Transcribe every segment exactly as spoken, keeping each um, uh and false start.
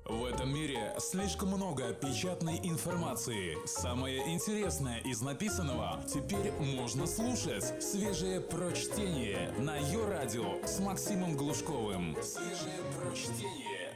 В этом мире слишком много печатной информации. Самое интересное из написанного теперь можно слушать. Свежее прочтение на Йо-Радио с Максимом Глушковым. Свежее прочтение.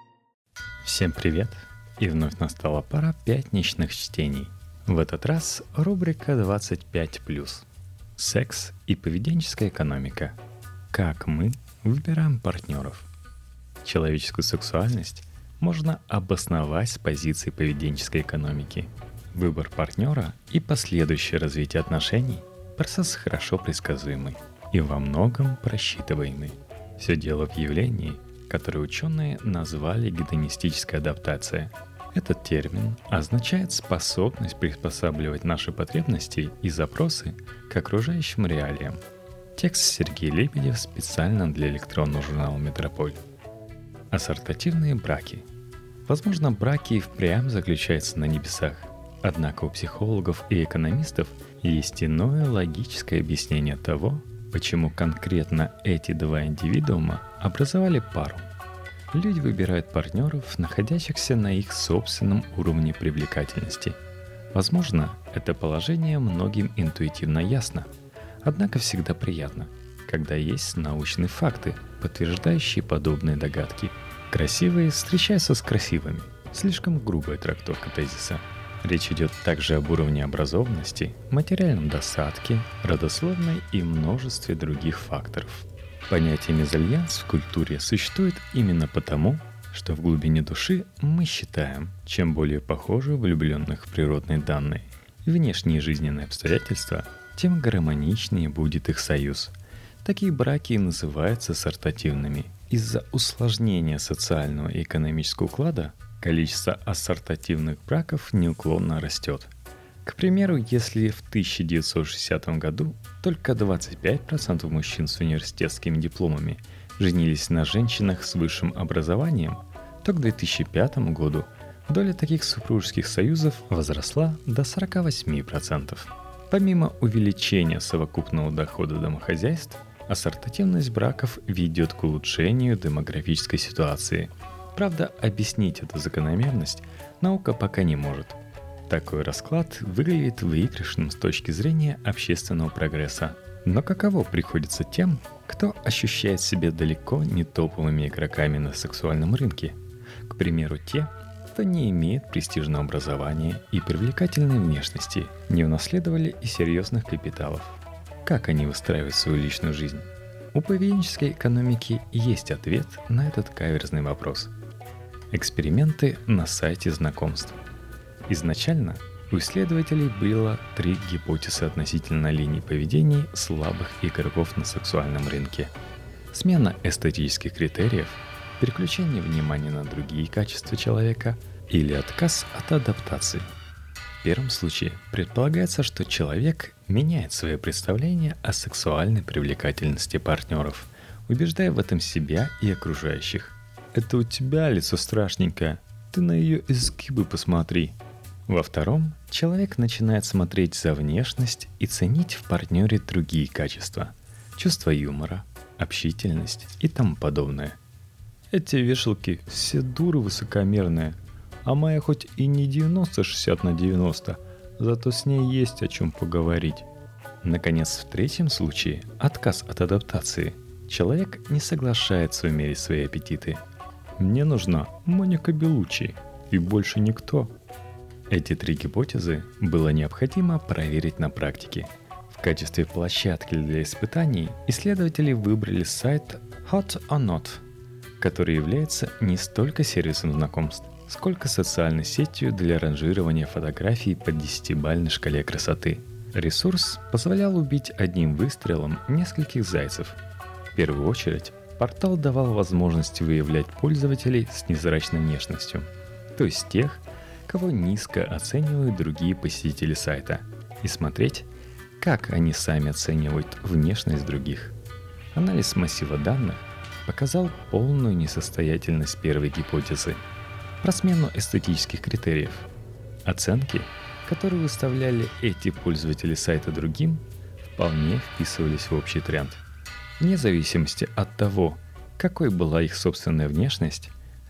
Всем привет! И вновь настала пора пятничных чтений. В этот раз рубрика двадцать пять плюс. Секс и поведенческая экономика. Как мы выбираем партнеров. Человеческую сексуальность можно обосновать с позиции поведенческой экономики. Выбор партнера и последующее развитие отношений – процесс хорошо предсказуемый и во многом просчитываемый. Все дело в явлении, которое ученые назвали гедонистической адаптацией. Этот термин означает способность приспосабливать наши потребности и запросы к окружающим реалиям. Текст Сергей Лебедев специально для электронного журнала «Метрополь». Ассортативные браки. Возможно, браки и впрямь заключаются на небесах. Однако у психологов и экономистов есть иное логическое объяснение того, почему конкретно эти два индивидуума образовали пару. Люди выбирают партнеров, находящихся на их собственном уровне привлекательности. Возможно, это положение многим интуитивно ясно. Однако всегда приятно, когда есть научные факты, подтверждающие подобные догадки. Красивые встречаются с красивыми. Слишком грубая трактовка тезиса. Речь идет также об уровне образованности, материальном достатке, родословной и множестве других факторов. Понятие мезальянс в культуре существует именно потому, что в глубине души мы считаем, чем более похожи влюбленных природные данные и внешние жизненные обстоятельства, тем гармоничнее будет их союз. Такие браки и называются ассортативными. Из-за усложнения социального и экономического уклада количество ассортативных браков неуклонно растет. К примеру, если в тысяча девятьсот шестидесятом году только двадцать пять процентов мужчин с университетскими дипломами женились на женщинах с высшим образованием, то к две тысячи пятому году доля таких супружеских союзов возросла до сорок восемь процентов. Помимо увеличения совокупного дохода домохозяйств, ассортативность браков ведет к улучшению демографической ситуации. Правда, объяснить эту закономерность наука пока не может. Такой расклад выглядит выигрышным с точки зрения общественного прогресса. Но каково приходится тем, кто ощущает себя далеко не топовыми игроками на сексуальном рынке? К примеру, те, кто не имеет престижного образования и привлекательной внешности, не унаследовали и серьезных капиталов. Как они выстраивают свою личную жизнь? У поведенческой экономики есть ответ на этот каверзный вопрос. Эксперименты на сайте знакомств. Изначально у исследователей было три гипотезы относительно линий поведения слабых игроков на сексуальном рынке. Смена эстетических критериев, переключение внимания на другие качества человека или отказ от адаптации. В первом случае предполагается, что человек меняет свое представление о сексуальной привлекательности партнеров, убеждая в этом себя и окружающих. «Это у тебя лицо страшненькое, ты на ее изгибы посмотри». Во втором человек начинает смотреть за внешность и ценить в партнере другие качества – чувство юмора, общительность и тому подобное. «Эти вешалки все дуры высокомерные, а моя хоть и не девяносто шестьдесят на девяносто, зато с ней есть о чем поговорить». Наконец, в третьем случае – отказ от адаптации. Человек не соглашается умерить свои аппетиты. «Мне нужна Моника Беллуччи, и больше никто». Эти три гипотезы было необходимо проверить на практике. В качестве площадки для испытаний исследователи выбрали сайт Hot or Not, который является не столько сервисом знакомств, сколько социальной сетью для ранжирования фотографий по десятибалльной шкале красоты. Ресурс позволял убить одним выстрелом нескольких зайцев. В первую очередь, портал давал возможность выявлять пользователей с невзрачной внешностью, то есть тех, кого низко оценивают другие посетители сайта, и смотреть, как они сами оценивают внешность других. Анализ массива данных показал полную несостоятельность первой гипотезы про смену эстетических критериев. Оценки, которые выставляли эти пользователи сайта другим, вполне вписывались в общий тренд. Вне зависимости от того, какой была их собственная внешность,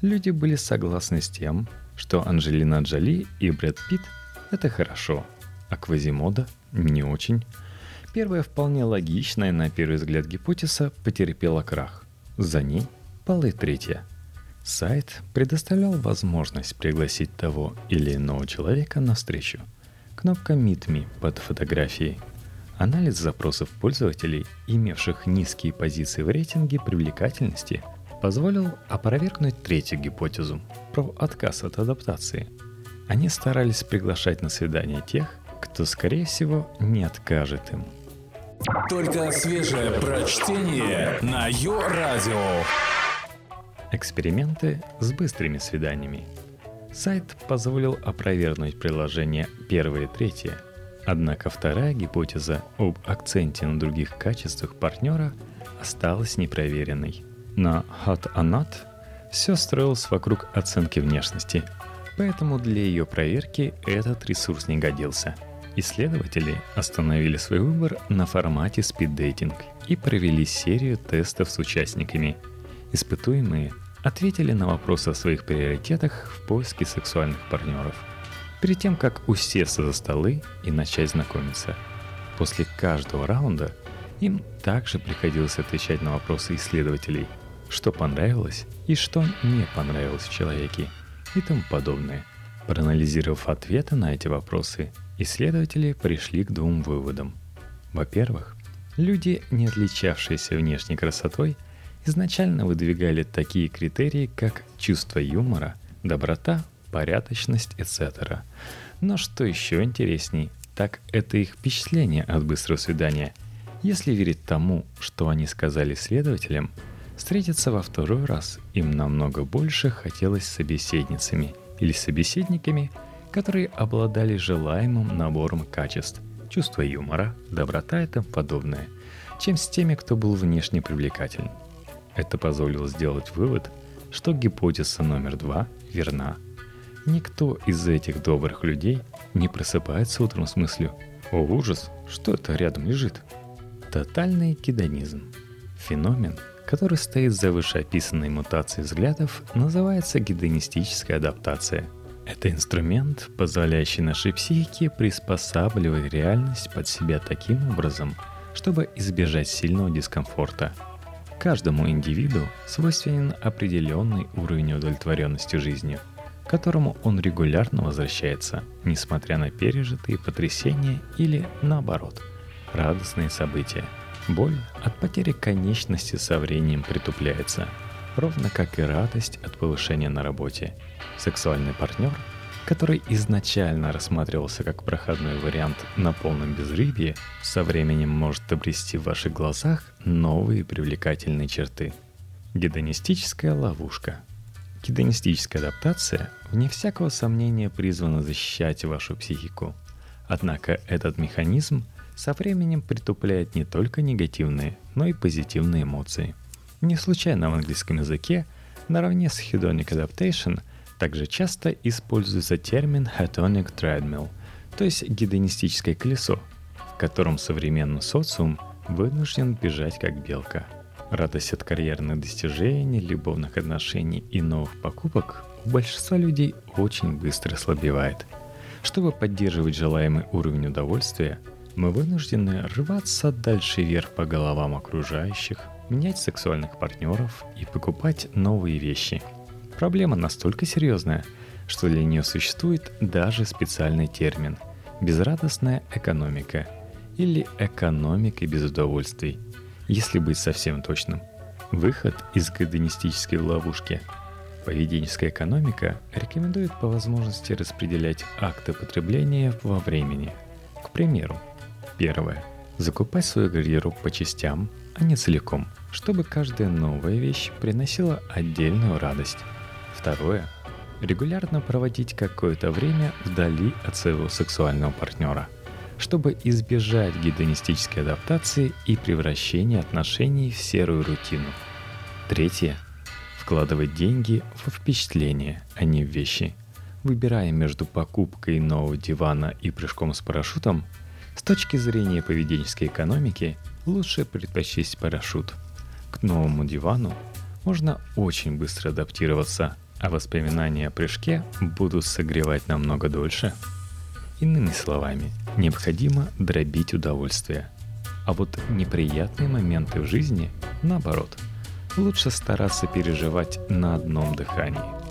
Люди были согласны с тем, что Анджелина Джоли и Брэд Питт – это хорошо, а Квазимода – не очень. Первая вполне логичная на первый взгляд гипотеза потерпела крах. За ней пала и третья. Сайт предоставлял возможность пригласить того или иного человека на встречу. Кнопка Meet Me под фотографией. Анализ запросов пользователей, имевших низкие позиции в рейтинге привлекательности, позволил опровергнуть третью гипотезу про отказ от адаптации. Они старались приглашать на свидание тех, кто, скорее всего, не откажет им. Только свежее прочтение на Йо-Радио. Эксперименты с быстрыми свиданиями. Сайт позволил опровергнуть приложение первое и третье, однако вторая гипотеза об акценте на других качествах партнера осталась непроверенной. На Hot or Not все строилось вокруг оценки внешности, поэтому для ее проверки этот ресурс не годился. Исследователи остановили свой выбор на формате спид-дейтинг и провели серию тестов с участниками. Испытуемые ответили на вопросы о своих приоритетах в поиске сексуальных партнеров, перед тем, как усесться за столы и начать знакомиться. После каждого раунда им также приходилось отвечать на вопросы исследователей, что понравилось и что не понравилось в человеке и тому подобное. Проанализировав ответы на эти вопросы, исследователи пришли к двум выводам. Во-первых, люди, не отличавшиеся внешней красотой, изначально выдвигали такие критерии, как чувство юмора, доброта, порядочность, et cetera. Но что еще интересней, так это их впечатление от быстрого свидания. Если верить тому, что они сказали исследователям, встретиться во второй раз им намного больше хотелось с собеседницами или собеседниками, которые обладали желаемым набором качеств, чувство юмора, доброта и тому подобное, чем с теми, кто был внешне привлекателен. Это позволило сделать вывод, что гипотеза номер два верна. Никто из этих добрых людей не просыпается утром с мыслью: «О, ужас, что это рядом лежит?» Тотальный гедонизм. Феномен, который стоит за вышеописанной мутацией взглядов, называется гедонистическая адаптация. Это инструмент, позволяющий нашей психике приспосабливать реальность под себя таким образом, чтобы избежать сильного дискомфорта. Каждому индивиду свойственен определенный уровень удовлетворенности жизнью, к которому он регулярно возвращается, несмотря на пережитые потрясения или, наоборот, радостные события. Боль от потери конечности со временем притупляется, ровно как и радость от повышения на работе. Сексуальный партнер, который изначально рассматривался как проходной вариант на полном безрыбье, со временем может обрести в ваших глазах новые привлекательные черты. Гедонистическая ловушка. Гедонистическая адаптация, вне всякого сомнения, призвана защищать вашу психику. Однако этот механизм со временем притупляет не только негативные, но и позитивные эмоции. Не случайно в английском языке наравне с hedonic adaptation также часто используется термин hedonic treadmill, то есть гедонистическое колесо, в котором современный социум вынужден бежать как белка. Радость от карьерных достижений, любовных отношений и новых покупок у большинства людей очень быстро ослабевает. Чтобы поддерживать желаемый уровень удовольствия, мы вынуждены рваться дальше вверх по головам окружающих, менять сексуальных партнеров и покупать новые вещи. Проблема настолько серьезная, что для нее существует даже специальный термин – безрадостная экономика или экономика без удовольствий. Если быть совсем точным, выход из гедонистической ловушки. Поведенческая экономика рекомендует по возможности распределять акты потребления во времени. К примеру, первое. Закупать свою гардероб по частям, а не целиком, чтобы каждая новая вещь приносила отдельную радость. Второе. Регулярно проводить какое-то время вдали от своего сексуального партнера, чтобы избежать гедонистической адаптации и превращения отношений в серую рутину. Третье. Вкладывать деньги в впечатления, а не в вещи. Выбирая между покупкой нового дивана и прыжком с парашютом, с точки зрения поведенческой экономики лучше предпочесть парашют. К новому дивану можно очень быстро адаптироваться, а воспоминания о прыжке будут согревать намного дольше. Иными словами, необходимо дробить удовольствие. А вот неприятные моменты в жизни, наоборот, лучше стараться переживать на одном дыхании.